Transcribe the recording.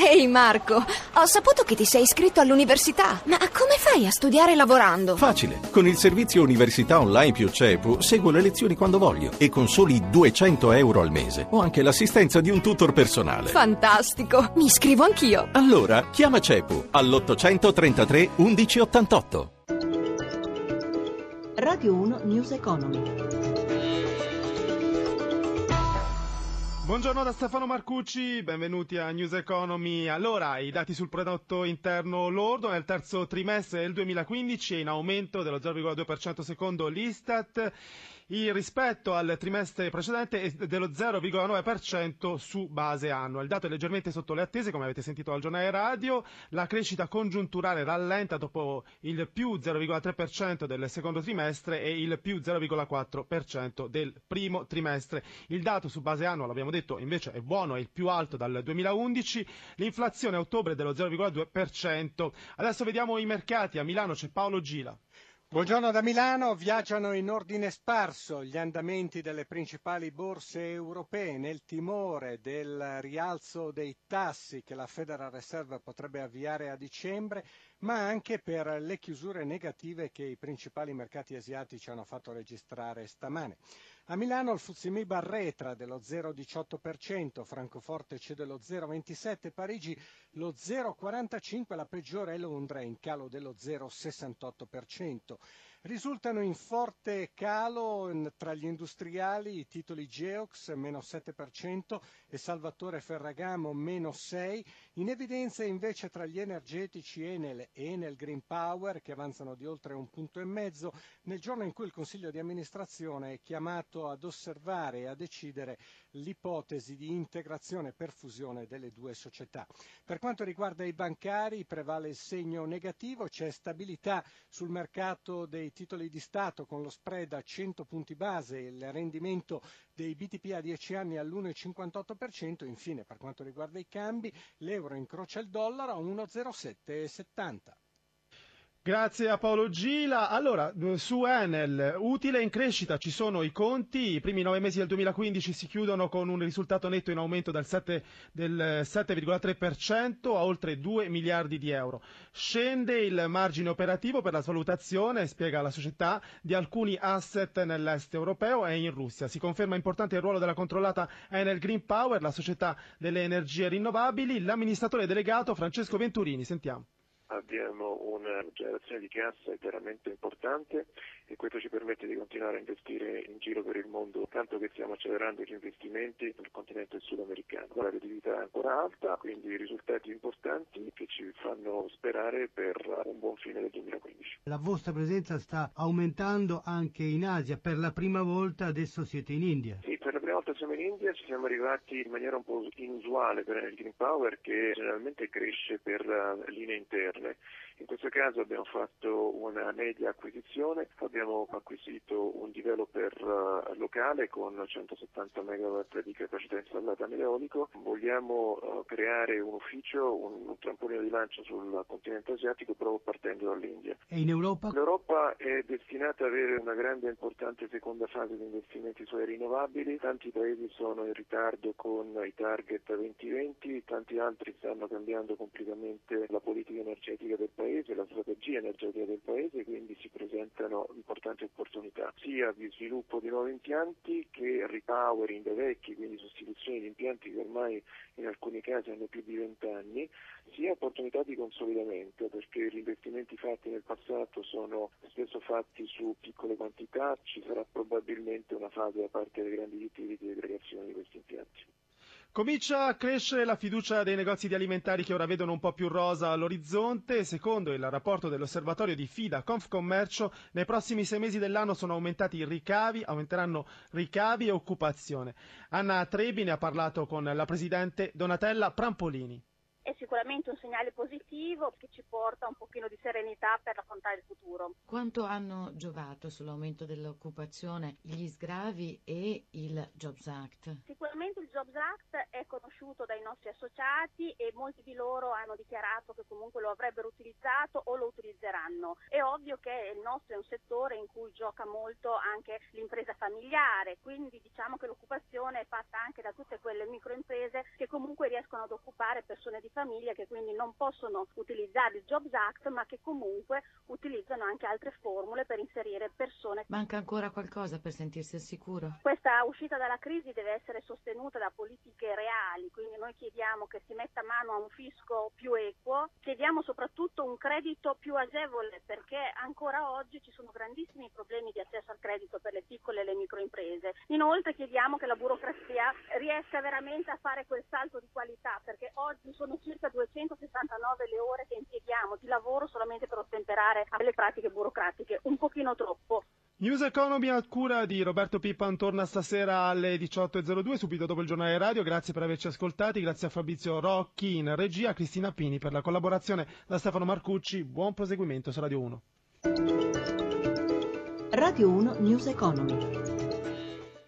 Ehi Marco, ho saputo che ti sei iscritto all'università. Ma come fai a studiare lavorando? Facile. Con il servizio Università Online più CEPU seguo le lezioni quando voglio e con soli 200 euro al mese ho anche l'assistenza di un tutor personale. Fantastico, mi iscrivo anch'io. Allora, chiama CEPU all'833 1188. Radio 1 News Economy. Buongiorno da Stefano Marcucci, benvenuti a News Economy. Allora, i dati sul prodotto interno lordo nel terzo trimestre del 2015 è in aumento dello 0,2% secondo l'Istat, rispetto al trimestre precedente è dello 0,9% su base annua. Il dato è leggermente sotto le attese, come avete sentito al giornale radio. La crescita congiunturale rallenta dopo il più 0,3% del secondo trimestre e il più 0,4% del primo trimestre. Il dato su base annua, l'abbiamo detto, invece è buono, è il più alto dal 2011. L'inflazione a ottobre è dello 0,2%. Adesso vediamo i mercati. A Milano c'è Paolo Gila. Buongiorno da Milano, viaggiano in ordine sparso gli andamenti delle principali borse europee nel timore del rialzo dei tassi che la Federal Reserve potrebbe avviare a dicembre, ma anche per le chiusure negative che i principali mercati asiatici hanno fatto registrare stamane. A Milano il FTSE MIB arretra dello 0,18%, Francoforte cede lo 0,27%, Parigi lo 0,45%, la peggiore è Londra in calo dello 0,68%. Risultano in forte calo tra gli industriali i titoli Geox meno 7% e Salvatore Ferragamo meno 6%, in evidenza invece tra gli energetici Enel e Enel Green Power che avanzano di oltre 1,5 punti nel giorno in cui il Consiglio di amministrazione è chiamato ad osservare e a decidere l'ipotesi di integrazione per fusione delle due società. Per quanto riguarda i bancari prevale il segno negativo, c'è stabilità sul mercato dei titoli di Stato con lo spread a 100 punti base e il rendimento dei BTP a 10 anni all'1,58%. Infine, per quanto riguarda i cambi, l'euro incrocia il dollaro a 1,0770. Grazie a Paolo Gila. Allora, su Enel, utile in crescita, ci sono i conti. I primi 9 mesi del 2015 si chiudono con un risultato netto in aumento del 7,3% a oltre 2 miliardi di euro. Scende il margine operativo per la svalutazione, spiega la società, di alcuni asset nell'est europeo e in Russia. Si conferma importante il ruolo della controllata Enel Green Power, la società delle energie rinnovabili. L'amministratore delegato Francesco Venturini, sentiamo. Abbiamo una generazione di cassa veramente importante e questo ci permette di continuare a investire in giro per il mondo, tanto che stiamo accelerando gli investimenti nel continente sudamericano. La redditività è ancora alta, quindi risultati importanti che ci fanno sperare per un buon fine del 2015. La vostra presenza sta aumentando anche in Asia, per la prima volta adesso siete in India. Sì, per la prima volta siamo in India, ci siamo arrivati in maniera un po' inusuale per Enel Green Power che generalmente cresce per linee interne. In questo caso abbiamo fatto una media acquisizione, abbiamo acquisito un developer locale con 170 megawatt di capacità installata nell'eolico. Vogliamo creare un ufficio, un trampolino di lancio sul continente asiatico proprio partendo dall'India. E in Europa? L'Europa è destinata ad avere una grande e importante seconda fase di investimenti sulle rinnovabili. Tanti paesi sono in ritardo con i target 2020, tanti altri stanno cambiando completamente la politica energetica del paese, la strategia energetica del paese, quindi si presentano importanti opportunità sia di sviluppo di nuovi impianti che repowering dei vecchi, quindi sostituzione di impianti che ormai in alcuni casi hanno più di 20 anni, sia opportunità di consolidamento perché gli investimenti fatti nel passato sono spesso fatti su piccole quantità, ci sarà probabilmente una fase da parte dei grandi utility di aggregazione di questi impianti. Comincia a crescere la fiducia dei negozi di alimentari che ora vedono un po' più rosa all'orizzonte. Secondo il rapporto dell'osservatorio di FIDA Confcommercio, nei prossimi 6 mesi dell'anno aumenteranno ricavi e occupazione. Anna Trebi ne ha parlato con la presidente Donatella Prampolini. È sicuramente un segnale positivo che ci porta un pochino di serenità per affrontare il futuro. Quanto hanno giovato sull'aumento dell'occupazione gli sgravi e il Jobs Act? Sicuramente il Jobs Act è conosciuto dai nostri associati e molti di loro hanno dichiarato che comunque lo avrebbero utilizzato o lo utilizzeranno. È ovvio che il nostro è un settore in cui gioca molto anche l'impresa familiare, quindi diciamo che l'occupazione è fatta anche da tutte quelle microimprese che comunque riescono ad occupare persone di famiglia famiglia, che quindi non possono utilizzare il Jobs Act, ma che comunque utilizzano anche altre formule per inserire persone. Manca ancora qualcosa per sentirsi al sicuro? Questa uscita dalla crisi deve essere sostenuta da politiche reali, quindi noi chiediamo che si metta mano a un fisco più equo, chiediamo soprattutto un credito più agevole, perché ancora oggi ci sono grandissimi problemi di accesso al credito per le piccole e le microimprese. Inoltre chiediamo che la burocrazia riesca veramente a fare quel salto di qualità, perché oggi sono circa 269 le ore che impieghiamo di lavoro solamente per ottemperare alle pratiche burocratiche, un pochino troppo. News Economy a cura di Roberto Pippan torna stasera alle 18.02, subito dopo il giornale radio. Grazie per averci ascoltati, grazie a Fabrizio Rocchi in regia, a Cristina Pini per la collaborazione, da Stefano Marcucci. Buon proseguimento su Radio 1. Radio 1 News Economy.